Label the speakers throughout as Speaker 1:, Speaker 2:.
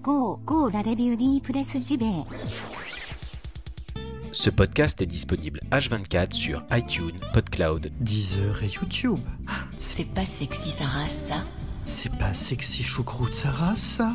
Speaker 1: Go la review di Presse JB.
Speaker 2: Ce podcast est disponible H24 sur iTunes, PodCloud,
Speaker 3: Deezer et YouTube.
Speaker 4: C'est pas sexy sa race, ça.
Speaker 3: C'est pas sexy choucroute sa race, ça.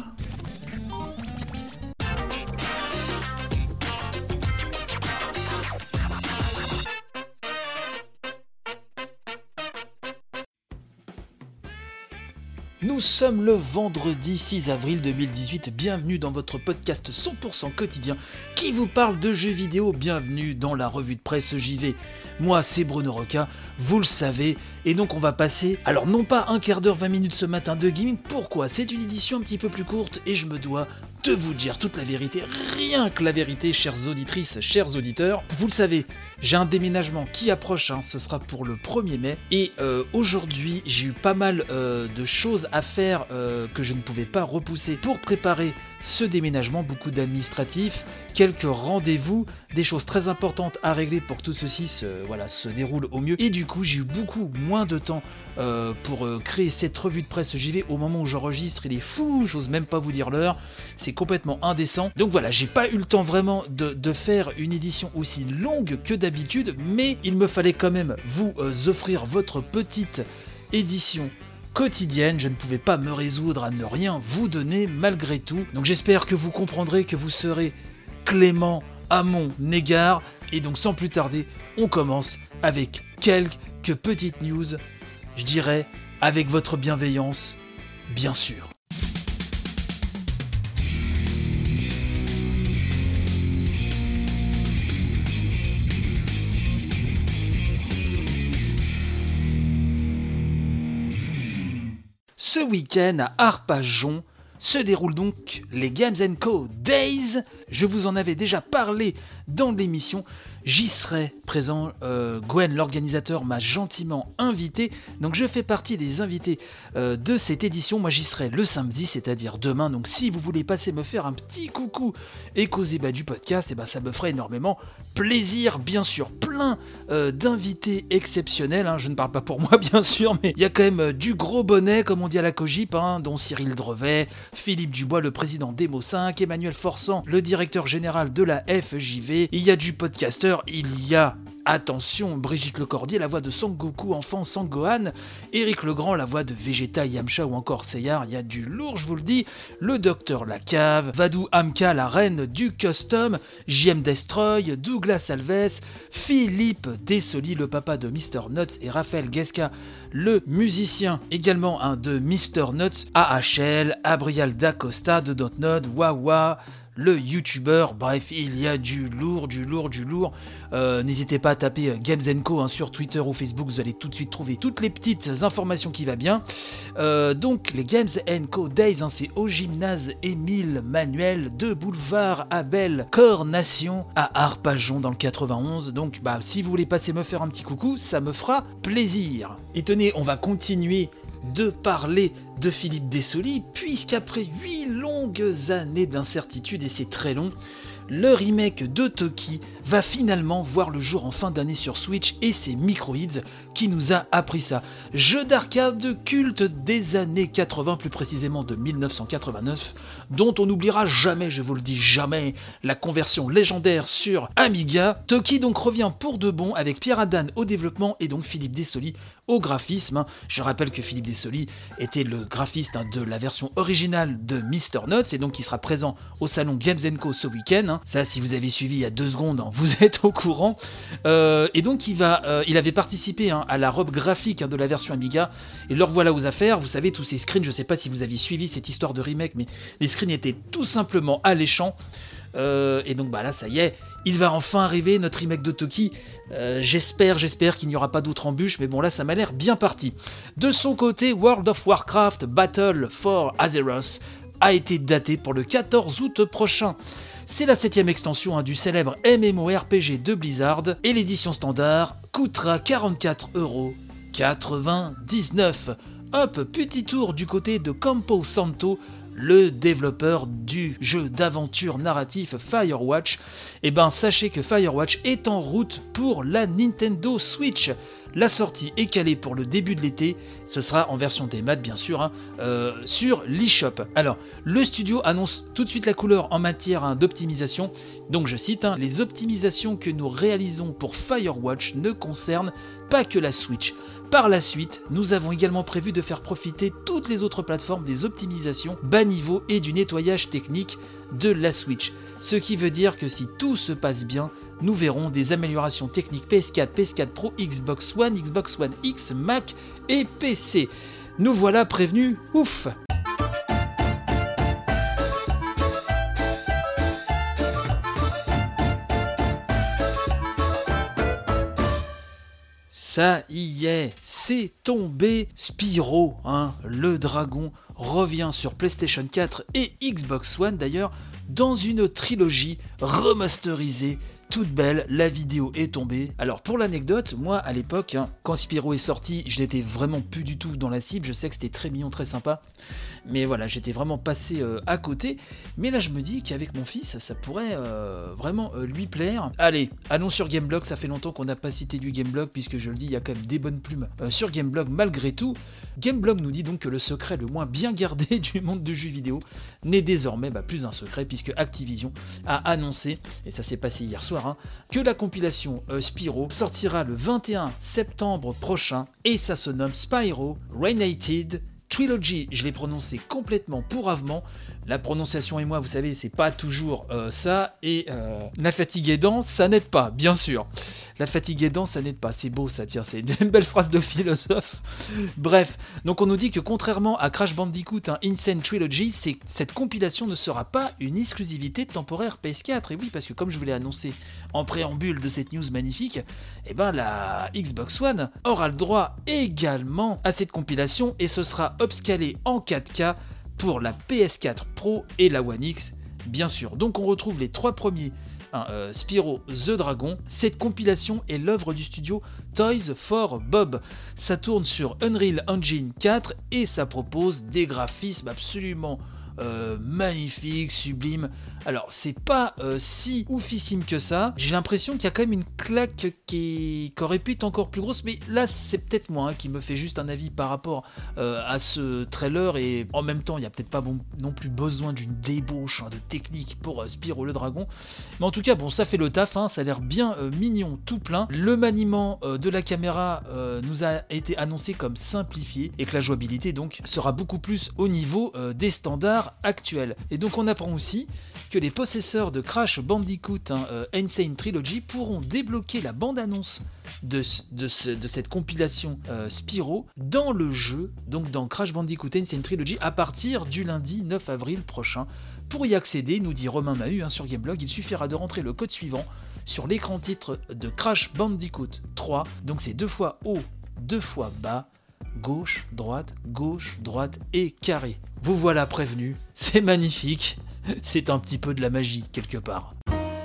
Speaker 5: Nous sommes le vendredi 6 avril 2018, bienvenue dans votre podcast 100% quotidien qui vous parle de jeux vidéo, bienvenue dans la revue de presse JV. Moi c'est Bruno Roca, vous le savez, et donc on va passer, alors non pas un quart d'heure, 20 minutes ce matin de gaming, pourquoi ? C'est une édition un petit peu plus courte et je me dois de vous dire toute la vérité, rien que la vérité, chères auditrices, chers auditeurs. Vous le savez, j'ai un déménagement qui approche, ce sera pour le 1er mai, et aujourd'hui j'ai eu pas mal de choses à faire que je ne pouvais pas repousser pour préparer ce déménagement, beaucoup d'administratifs, quelques rendez-vous, des choses très importantes à régler pour que tout ceci se déroule au mieux, et du coup j'ai eu beaucoup moins de temps pour créer cette revue de presse JV. Au moment où j'enregistre, il est fou, j'ose même pas vous dire l'heure, c'est complètement indécent. Donc voilà, j'ai pas eu le temps vraiment de faire une édition aussi longue que d'habitude, mais il me fallait quand même vous offrir votre petite édition quotidienne. Je ne pouvais pas me résoudre à ne rien vous donner malgré tout. Donc j'espère que vous comprendrez, que vous serez clément à mon égard. Et donc sans plus tarder, on commence avec quelques petites news, je dirais avec votre bienveillance, bien sûr. Ce week-end à Arpajon se déroulent donc les Games & Co Days. Je vous en avais déjà parlé dans l'émission. J'y serai présent. Gwen, l'organisateur, m'a gentiment invité. Donc je fais partie des invités de cette édition. Moi j'y serai le samedi, c'est-à-dire demain. Donc si vous voulez passer me faire un petit coucou et causer du podcast, ça me ferait énormément plaisir. Bien sûr, plein d'invités exceptionnels. Je ne parle pas pour moi bien sûr, mais il y a quand même du gros bonnet, comme on dit à la Cogip, dont Cyril Drevet, Philippe Dubois, le président d'Emo 5, Emmanuel Forçant, le directeur général de la FJV. Il y a du podcasteur, il y a, attention, Brigitte Lecordier, la voix de Sangoku, enfant Sangohan, Éric Legrand, la voix de Vegeta, Yamcha ou encore Seyar. Il y a du lourd, je vous le dis, le docteur Lacave, Vadou Hamka, la reine du custom, JM Destroy, Douglas Alves, Philippe Dessoli, le papa de Mr. Nuts, et Raphaël Guesca, le musicien également de Mr. Nuts, AHL, Abrial Dacosta de Dotnod, Wawa, le youtubeur, bref, il y a du lourd. N'hésitez pas à taper Games & Co sur Twitter ou Facebook, vous allez tout de suite trouver toutes les petites informations qui va bien. Donc les Games & Co Days, c'est au gymnase Émile Manuel de boulevard Abel Cornation à Arpajon dans le 91. Donc si vous voulez passer me faire un petit coucou, ça me fera plaisir. Et tenez, on va continuer de parler de Philippe Dessoli, puisqu'après 8 longues années d'incertitude, et c'est très long, le remake de Toki va finalement voir le jour en fin d'année sur Switch, et c'est Microids qui nous a appris ça. Jeu d'arcade culte des années 80, plus précisément de 1989, dont on n'oubliera jamais, je vous le dis jamais, la conversion légendaire sur Amiga. Toki donc revient pour de bon avec Pierre Haddad au développement et donc Philippe Dessoli au graphisme. Je rappelle que Philippe Dessoli était le graphiste de la version originale de Mr. Nuts et donc il sera présent au salon Games & Co ce week-end. Ça, si vous avez suivi il y a 2 secondes, vous êtes au courant. Et donc il avait participé à la robe graphique de la version Amiga, et leur voilà aux affaires. Vous savez, tous ces screens, je sais pas si vous aviez suivi cette histoire de remake, mais les screens étaient tout simplement alléchants. Et donc là, ça y est, il va enfin arriver, notre remake de Toki. J'espère qu'il n'y aura pas d'autres embûches, mais bon là, ça m'a l'air bien parti. De son côté, World of Warcraft Battle for Azeroth a été daté pour le 14 août prochain. C'est la 7ème extension du célèbre MMORPG de Blizzard, et l'édition standard coûtera 44,99€. Hop, petit tour du côté de Campo Santo, le développeur du jeu d'aventure narratif Firewatch. Sachez que Firewatch est en route pour la Nintendo Switch. La sortie est calée pour le début de l'été, ce sera en version démat bien sûr, sur l'eShop. Alors, le studio annonce tout de suite la couleur en matière d'optimisation, donc je cite, les optimisations que nous réalisons pour Firewatch ne concernent pas que la Switch. Par la suite, nous avons également prévu de faire profiter toutes les autres plateformes des optimisations bas niveau et du nettoyage technique de la Switch. Ce qui veut dire que si tout se passe bien, nous verrons des améliorations techniques PS4, PS4 Pro, Xbox One X, Mac et PC. Nous voilà prévenus, ouf! Ça y est, c'est tombé. Spyro, le dragon, revient sur PlayStation 4 et Xbox One d'ailleurs, dans une trilogie remasterisée, toute belle, la vidéo est tombée. Alors pour l'anecdote, moi à l'époque, quand Spyro est sorti, je n'étais vraiment plus du tout dans la cible, je sais que c'était très mignon, très sympa, mais voilà, j'étais vraiment passé à côté, mais là je me dis qu'avec mon fils, ça pourrait vraiment lui plaire. Allez, allons sur Gameblog, ça fait longtemps qu'on n'a pas cité du Gameblog, puisque je le dis, il y a quand même des bonnes plumes sur Gameblog malgré tout. Gameblog nous dit donc que le secret le moins bien gardé du monde du jeu vidéo n'est désormais plus un secret, puisque Activision a annoncé, et ça s'est passé hier soir, que la compilation Spyro sortira le 21 septembre prochain, et ça se nomme Spyro Reignited Trilogy. Je l'ai prononcé complètement pourravement. La prononciation et moi, vous savez, c'est pas toujours ça. Et la fatigue aidant, ça n'aide pas, bien sûr. La fatigue aidant, ça n'aide pas. C'est beau ça, tiens, c'est une belle phrase de philosophe. Bref, donc on nous dit que contrairement à Crash Bandicoot, Insane Trilogy, cette compilation ne sera pas une exclusivité temporaire PS4. Et oui, parce que comme je vous l'ai annoncé en préambule de cette news magnifique, la Xbox One aura le droit également à cette compilation, et ce sera upscalé en 4K pour la PS4 Pro et la One X, bien sûr. Donc on retrouve les trois premiers, Spyro the Dragon. Cette compilation est l'œuvre du studio Toys for Bob. Ça tourne sur Unreal Engine 4 et ça propose des graphismes absolument magnifiques, sublimes. Alors c'est pas si oufissime que ça, j'ai l'impression qu'il y a quand même une claque qui aurait pu être encore plus grosse, mais là c'est peut-être moi qui me fait juste un avis par rapport à ce trailer, et en même temps il n'y a peut-être pas non plus besoin d'une débauche de technique pour Spyro le Dragon, mais en tout cas bon, ça fait le taf, ça a l'air bien mignon tout plein. Le maniement de la caméra nous a été annoncé comme simplifié, et que la jouabilité donc sera beaucoup plus au niveau des standards actuels. Et donc on apprend aussi que les possesseurs de Crash Bandicoot Insane Trilogy pourront débloquer la bande-annonce de cette compilation Spyro dans le jeu, donc dans Crash Bandicoot Insane Trilogy, à partir du lundi 9 avril prochain. Pour y accéder, nous dit Romain Mahut sur Gameblog, il suffira de rentrer le code suivant sur l'écran titre de Crash Bandicoot 3, donc c'est 2 fois haut, 2 fois bas, gauche, droite et carré. Vous voilà prévenus, c'est magnifique, c'est un petit peu de la magie quelque part.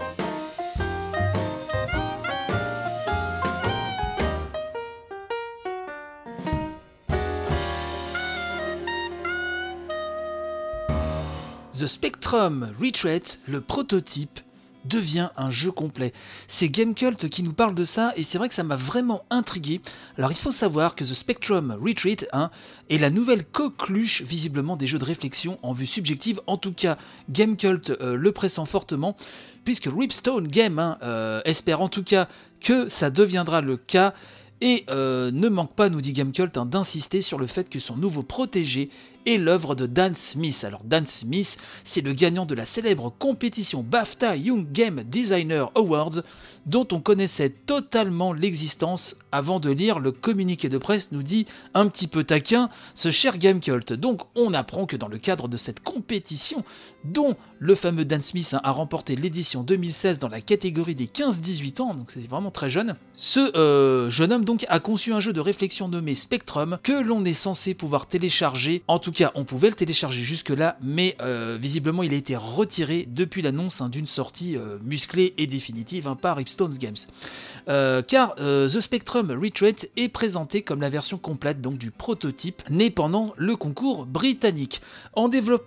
Speaker 5: The Spectrum Retreat, le prototype, devient un jeu complet. C'est Gamecult qui nous parle de ça, et c'est vrai que ça m'a vraiment intrigué. Alors il faut savoir que The Spectrum Retreat est la nouvelle coqueluche visiblement des jeux de réflexion en vue subjective. En tout cas, Gamecult le pressent fortement, puisque Ripstone Game espère en tout cas que ça deviendra le cas. Et ne manque pas, nous dit Gamecult, d'insister sur le fait que son nouveau protégé est l'œuvre de Dan Smith. Alors Dan Smith, c'est le gagnant de la célèbre compétition BAFTA Young Game Designer Awards, dont on connaissait totalement l'existence avant de lire le communiqué de presse, nous dit un petit peu taquin ce cher Gamecult. Donc on apprend que dans le cadre de cette compétition, dont le fameux Dan Smith a remporté l'édition 2016 dans la catégorie des 15-18 ans, donc c'est vraiment très jeune, ce jeune homme donc a conçu un jeu de réflexion nommé Spectrum, que l'on est censé pouvoir télécharger. En tout cas, on pouvait le télécharger jusque-là, mais visiblement il a été retiré depuis l'annonce d'une sortie musclée et définitive par Ripstone Games. Car The Spectrum Retreat est présenté comme la version complète donc du prototype né pendant le concours britannique. En développement,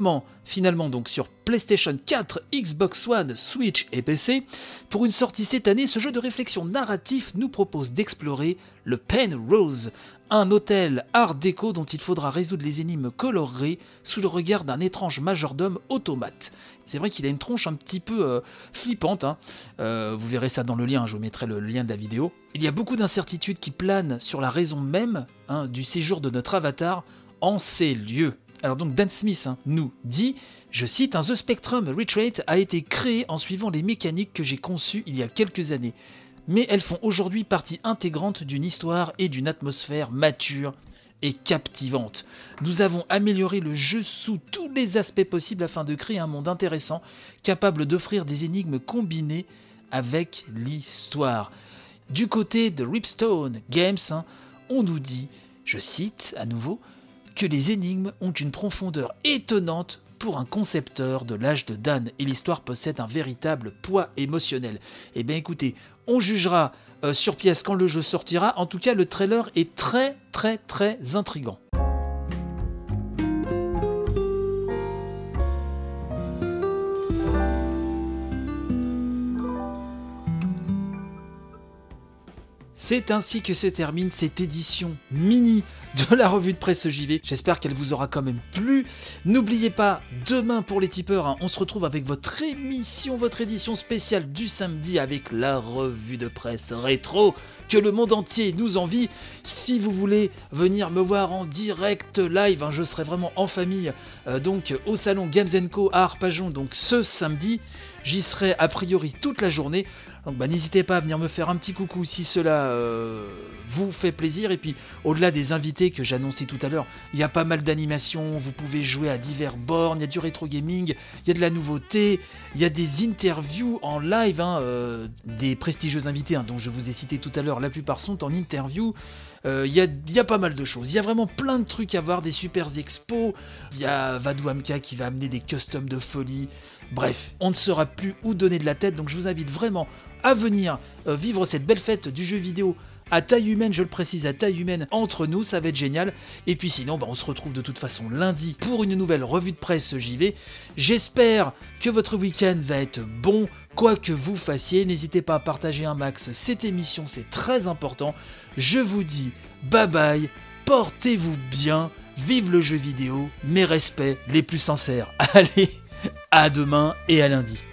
Speaker 5: finalement donc sur PlayStation 4, Xbox One, Switch et PC. Pour une sortie cette année, ce jeu de réflexion narratif nous propose d'explorer le Penrose, un hôtel art déco dont il faudra résoudre les énigmes colorées sous le regard d'un étrange majordome automate. C'est vrai qu'il a une tronche un petit peu flippante, hein. Vous verrez ça dans le lien, je vous mettrai le lien de la vidéo. Il y a beaucoup d'incertitudes qui planent sur la raison même du séjour de notre avatar en ces lieux. Alors donc Dan Smith nous dit, je cite, The Spectrum Retreat a été créé en suivant les mécaniques que j'ai conçues il y a quelques années, mais elles font aujourd'hui partie intégrante d'une histoire et d'une atmosphère mature et captivante. Nous avons amélioré le jeu sous tous les aspects possibles afin de créer un monde intéressant, capable d'offrir des énigmes combinées avec l'histoire. Du côté de Ripstone Games, on nous dit, je cite à nouveau, que les énigmes ont une profondeur étonnante pour un concepteur de l'âge de Dan et l'histoire possède un véritable poids émotionnel. Eh bien écoutez, on jugera sur pièce quand le jeu sortira. En tout cas, le trailer est très intriguant. C'est ainsi que se termine cette édition mini de la revue de presse JV. J'espère qu'elle vous aura quand même plu. N'oubliez pas, demain pour les tipeurs, on se retrouve avec votre émission, votre édition spéciale du samedi avec la revue de presse rétro que le monde entier nous envie. Si vous voulez venir me voir en direct live, je serai vraiment en famille donc au salon Games & Co à Arpajon donc ce samedi. J'y serai a priori toute la journée. Donc n'hésitez pas à venir me faire un petit coucou si cela vous fait plaisir. Et puis au-delà des invités que j'annonçais tout à l'heure, il y a pas mal d'animations, vous pouvez jouer à divers bornes, il y a du rétro gaming, il y a de la nouveauté, il y a des interviews en live, des prestigieux invités dont je vous ai cité tout à l'heure, la plupart sont en interview. Il y a pas mal de choses, il y a vraiment plein de trucs à voir, des super expos, il y a Vadou Amka qui va amener des customs de folie. Bref, on ne saura plus où donner de la tête, donc je vous invite vraiment à venir vivre cette belle fête du jeu vidéo à taille humaine, je le précise, à taille humaine entre nous, ça va être génial. Et puis sinon, on se retrouve de toute façon lundi pour une nouvelle revue de presse JV. J'espère que votre week-end va être bon, quoi que vous fassiez. N'hésitez pas à partager un max cette émission, c'est très important. Je vous dis bye bye, portez-vous bien, vive le jeu vidéo, mes respects les plus sincères. Allez, à demain et à lundi.